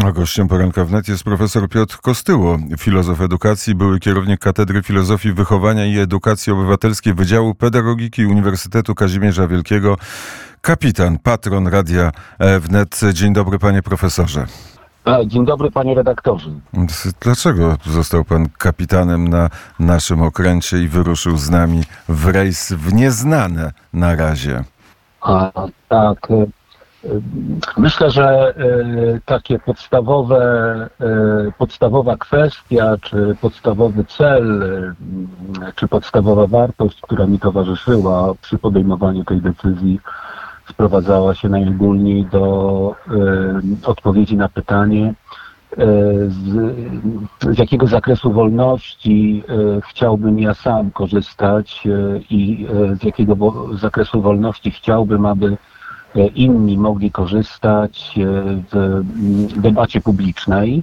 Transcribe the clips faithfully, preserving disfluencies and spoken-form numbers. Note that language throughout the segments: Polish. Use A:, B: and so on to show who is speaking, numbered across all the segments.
A: A gościem Poranka Wnet jest profesor Piotr Kostyło, filozof edukacji, były kierownik Katedry Filozofii Wychowania i Edukacji Obywatelskiej Wydziału Pedagogiki Uniwersytetu Kazimierza Wielkiego, kapitan, patron Radia Wnet. Dzień dobry, panie profesorze.
B: Dzień dobry, panie redaktorze.
A: Dlaczego został pan kapitanem na naszym okręcie i wyruszył z nami w rejs w nieznane na razie?
B: A, tak. Myślę, że y, takie podstawowe, y, podstawowa kwestia, czy podstawowy cel, y, czy podstawowa wartość, która mi towarzyszyła przy podejmowaniu tej decyzji, sprowadzała się najogólniej do y, odpowiedzi na pytanie, y, z, z jakiego zakresu wolności y, chciałbym ja sam korzystać y, i y, z jakiego wo- zakresu wolności chciałbym, aby inni mogli korzystać w debacie publicznej.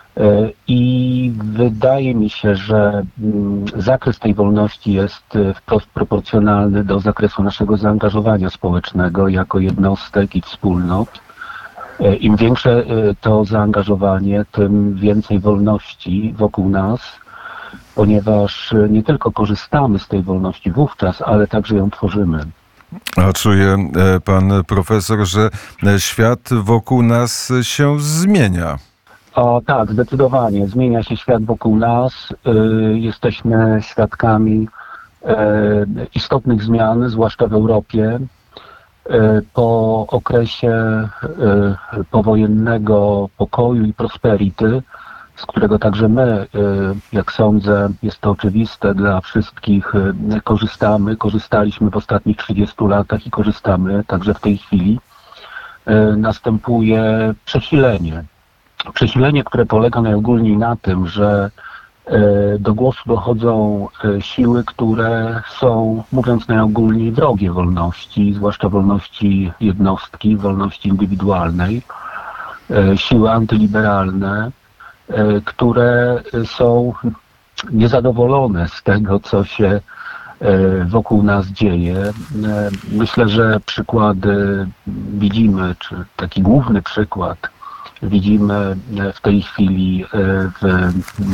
B: I wydaje mi się, że zakres tej wolności jest wprost proporcjonalny do zakresu naszego zaangażowania społecznego jako jednostek i wspólnot. Im większe to zaangażowanie, tym więcej wolności wokół nas, ponieważ nie tylko korzystamy z tej wolności wówczas, ale także ją tworzymy.
A: A czuje pan profesor, że świat wokół nas się zmienia?
B: O tak, zdecydowanie. Zmienia się świat wokół nas. Y, jesteśmy świadkami y, istotnych zmian, zwłaszcza w Europie. Y, po okresie y, powojennego pokoju i prosperity, z którego także my, jak sądzę, jest to oczywiste dla wszystkich, korzystamy, korzystaliśmy w ostatnich trzydziestu latach i korzystamy także w tej chwili, następuje przesilenie. Przesilenie, które polega najogólniej na tym, że do głosu dochodzą siły, które są, mówiąc najogólniej, wrogie wolności, zwłaszcza wolności jednostki, wolności indywidualnej, siły antyliberalne, które są niezadowolone z tego, co się wokół nas dzieje. Myślę, że przykłady widzimy, czy taki główny przykład widzimy w tej chwili w,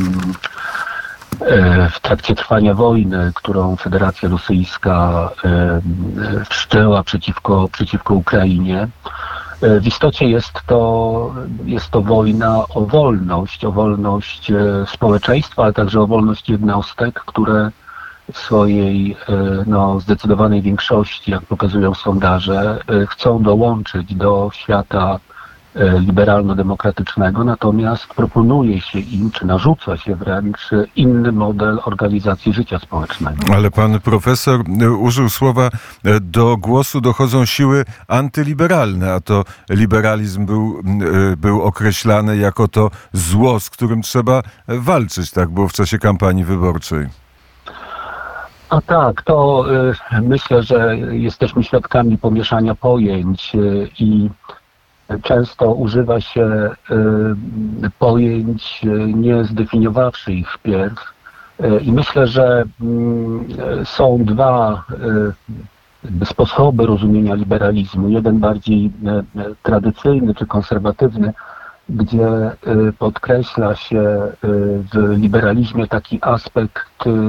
B: w trakcie trwania wojny, którą Federacja Rosyjska wszczęła przeciwko, przeciwko Ukrainie. W istocie jest to, jest to wojna o wolność, o wolność społeczeństwa, ale także o wolność jednostek, które w swojej no, zdecydowanej większości, jak pokazują sondaże, chcą dołączyć do świata liberalno-demokratycznego, natomiast proponuje się im, czy narzuca się wręcz inny model organizacji życia społecznego.
A: Ale pan profesor użył słowa, do głosu dochodzą siły antyliberalne, a to liberalizm był, był określany jako to zło, z którym trzeba walczyć. Tak było w czasie kampanii wyborczej.
B: A tak, to y, myślę, że jesteśmy świadkami pomieszania pojęć y, i często używa się y, pojęć, y, nie zdefiniowawszy ich wpierw. Y, I myślę, że y, są dwa y, sposoby rozumienia liberalizmu. Jeden bardziej y, tradycyjny czy konserwatywny, gdzie y, podkreśla się y, w liberalizmie taki aspekt y,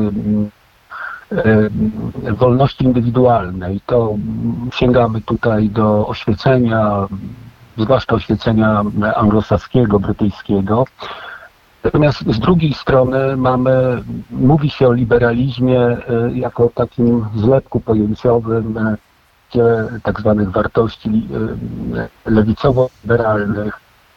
B: y, wolności indywidualnej. To sięgamy tutaj do oświecenia, zwłaszcza oświecenia anglosaskiego, brytyjskiego. Natomiast z drugiej strony mamy, mówi się o liberalizmie jako takim zlepku pojęciowym tak zwanych wartości lewicowo-liberalnych.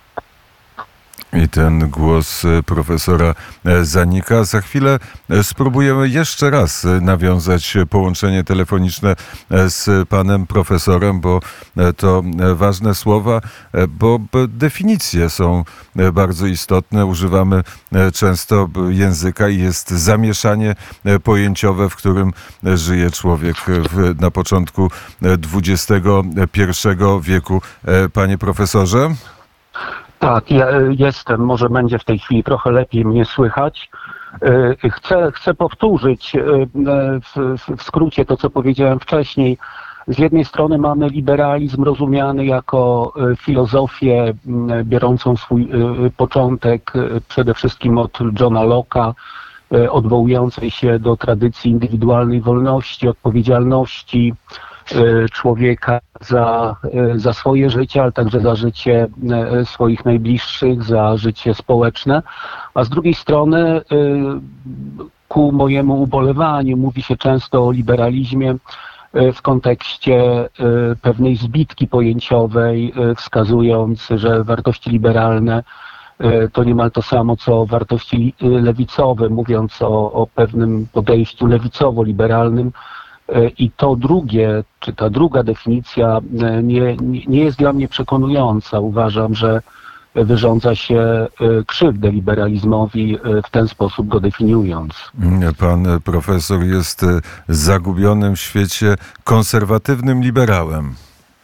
A: I ten głos profesora zanika. Za chwilę spróbujemy jeszcze raz nawiązać połączenie telefoniczne z panem profesorem, bo to ważne słowa, bo definicje są bardzo istotne. Używamy często języka i jest zamieszanie pojęciowe, w którym żyje człowiek w, na początku dwudziestego pierwszego wieku. Panie profesorze?
B: Tak, ja jestem. Może będzie w tej chwili trochę lepiej mnie słychać. Chcę, chcę powtórzyć w, w skrócie to, co powiedziałem wcześniej. z jednej strony mamy liberalizm rozumiany jako filozofię biorącą swój początek przede wszystkim od Johna Locke'a, odwołującej się do tradycji indywidualnej wolności, odpowiedzialności człowieka za, za swoje życie, ale także za życie swoich najbliższych, za życie społeczne, a z drugiej strony ku mojemu ubolewaniu mówi się często o liberalizmie w kontekście pewnej zbitki pojęciowej, wskazując, że wartości liberalne to niemal to samo, co wartości lewicowe, mówiąc o, o pewnym podejściu lewicowo-liberalnym. I to drugie, czy ta druga definicja nie, nie jest dla mnie przekonująca. Uważam, że wyrządza się krzywdę liberalizmowi w ten sposób go definiując.
A: Pan profesor jest zagubionym w świecie konserwatywnym liberałem.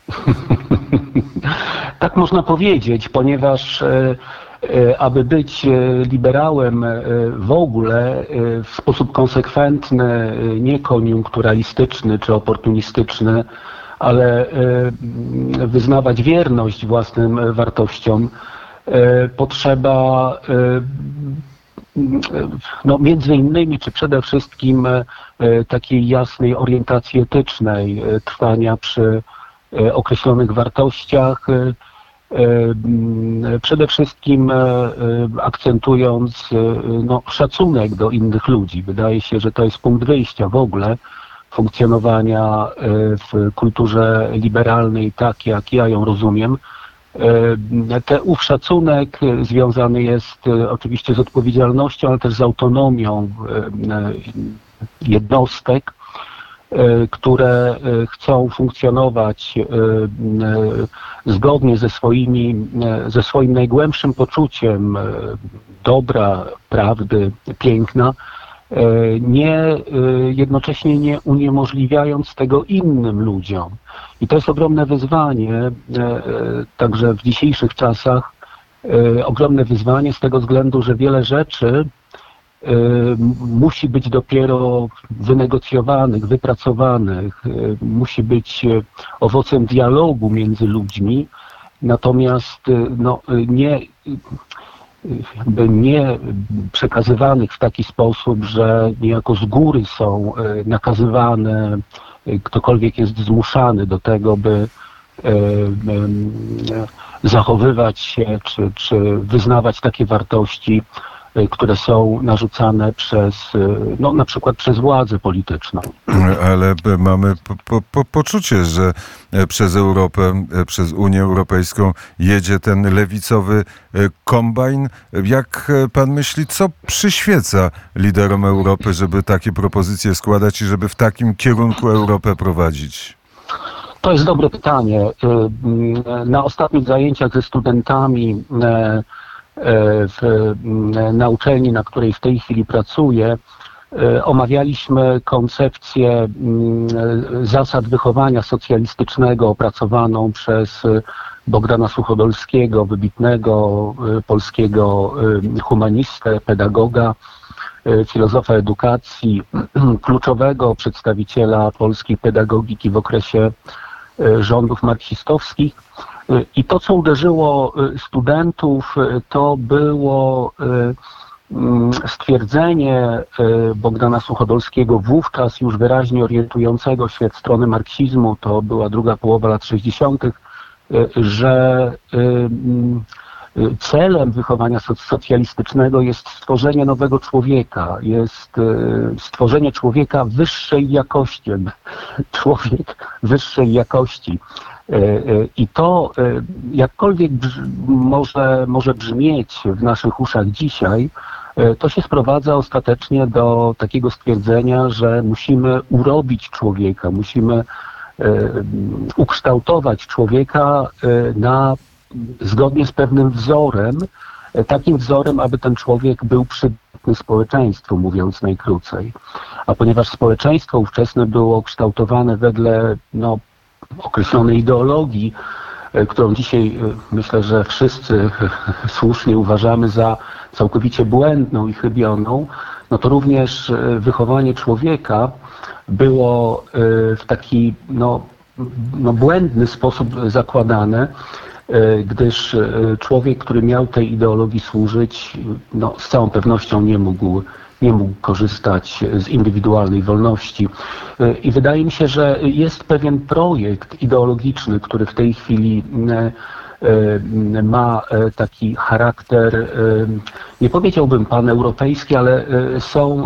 B: Tak można powiedzieć, ponieważ aby być liberałem w ogóle w sposób konsekwentny, nie koniunkturalistyczny czy oportunistyczny, ale wyznawać wierność własnym wartościom, potrzeba no, między innymi, czy przede wszystkim takiej jasnej orientacji etycznej, trwania przy określonych wartościach, przede wszystkim akcentując no, szacunek do innych ludzi. Wydaje się, że to jest punkt wyjścia w ogóle funkcjonowania w kulturze liberalnej, tak jak ja ją rozumiem. Ten ów szacunek związany jest oczywiście z odpowiedzialnością, ale też z autonomią jednostek, które chcą funkcjonować zgodnie ze swoimi, ze swoim najgłębszym poczuciem dobra, prawdy, piękna, nie, jednocześnie nie uniemożliwiając tego innym ludziom. I to jest ogromne wyzwanie, także w dzisiejszych czasach, ogromne wyzwanie z tego względu, że wiele rzeczy musi być dopiero wynegocjowanych, wypracowanych, musi być owocem dialogu między ludźmi, natomiast no, nie, jakby nie przekazywanych w taki sposób, że niejako z góry są nakazywane, ktokolwiek jest zmuszany do tego, by zachowywać się czy, czy wyznawać takie wartości, które są narzucane przez, no na przykład przez władzę polityczną.
A: Ale mamy po, po, poczucie, że przez Europę, przez Unię Europejską jedzie ten lewicowy kombajn. Jak pan myśli, co przyświeca liderom Europy, żeby takie propozycje składać i żeby w takim kierunku Europę prowadzić?
B: To jest dobre pytanie. Na ostatnich zajęciach ze studentami W, na uczelni, na której w tej chwili pracuję, omawialiśmy koncepcję zasad wychowania socjalistycznego opracowaną przez Bogdana Suchodolskiego, wybitnego polskiego humanistę, pedagoga, filozofa edukacji, kluczowego przedstawiciela polskiej pedagogiki w okresie rządów marksistowskich. I to, co uderzyło studentów, to było stwierdzenie Bogdana Suchodolskiego, wówczas już wyraźnie orientującego się w stronę marksizmu, to była druga połowa lat sześćdziesiątych, że celem wychowania socjalistycznego jest stworzenie nowego człowieka, jest stworzenie człowieka wyższej jakości, człowiek wyższej jakości. I to jakkolwiek może, może brzmieć w naszych uszach dzisiaj, to się sprowadza ostatecznie do takiego stwierdzenia, że musimy urobić człowieka, musimy ukształtować człowieka na, zgodnie z pewnym wzorem, takim wzorem, aby ten człowiek był przydatny społeczeństwu, mówiąc najkrócej. A ponieważ społeczeństwo ówczesne było kształtowane wedle no, określonej ideologii, którą dzisiaj myślę, że wszyscy słusznie uważamy za całkowicie błędną i chybioną, no to również wychowanie człowieka było w taki no, no, błędny sposób zakładane, gdyż człowiek, który miał tej ideologii służyć, no, z całą pewnością nie mógł, nie mógł korzystać z indywidualnej wolności. I wydaje mi się, że jest pewien projekt ideologiczny, który w tej chwili ma taki charakter, nie powiedziałbym paneuropejski, ale są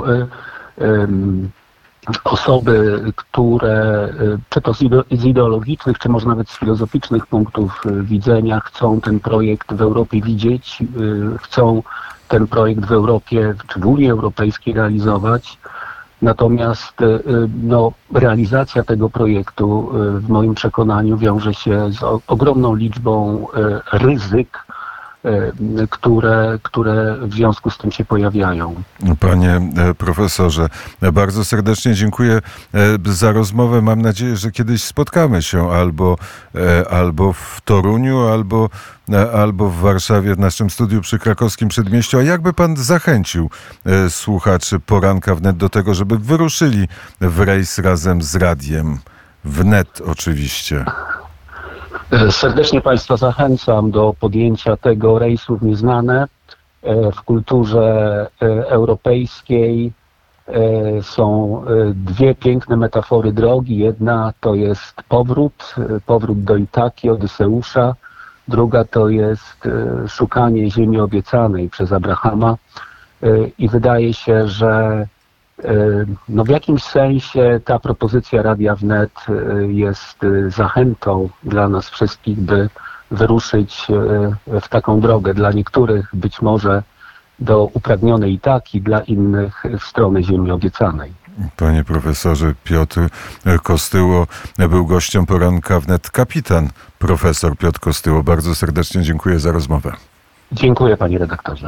B: osoby, które czy to z ideologicznych, czy może nawet z filozoficznych punktów widzenia chcą ten projekt w Europie widzieć, chcą ten projekt w Europie czy w Unii Europejskiej realizować. Natomiast no, realizacja tego projektu w moim przekonaniu wiąże się z ogromną liczbą ryzyk, które, które w związku z tym się pojawiają.
A: Panie profesorze, bardzo serdecznie dziękuję za rozmowę. Mam nadzieję, że kiedyś spotkamy się albo, albo w Toruniu, albo, albo w Warszawie w naszym studiu przy Krakowskim Przedmieściu. A jakby pan zachęcił słuchaczy Poranka Wnet do tego, żeby wyruszyli w rejs razem z radiem? Wnet oczywiście.
B: Serdecznie Państwa zachęcam do podjęcia tego rejsu w nieznane. W kulturze europejskiej są dwie piękne metafory drogi. Jedna to jest powrót, powrót do Itaki, Odyseusza. Druga to jest szukanie ziemi obiecanej przez Abrahama. I wydaje się, że no w jakimś sensie ta propozycja Radia Wnet jest zachętą dla nas wszystkich, by wyruszyć w taką drogę. Dla niektórych być może do upragnionej Itaki, dla innych w stronę ziemi obiecanej.
A: Panie profesorze, Piotr Kostyło był gościem Poranka Wnet. Kapitan profesor Piotr Kostyło. Bardzo serdecznie dziękuję za rozmowę.
B: Dziękuję, panie redaktorze.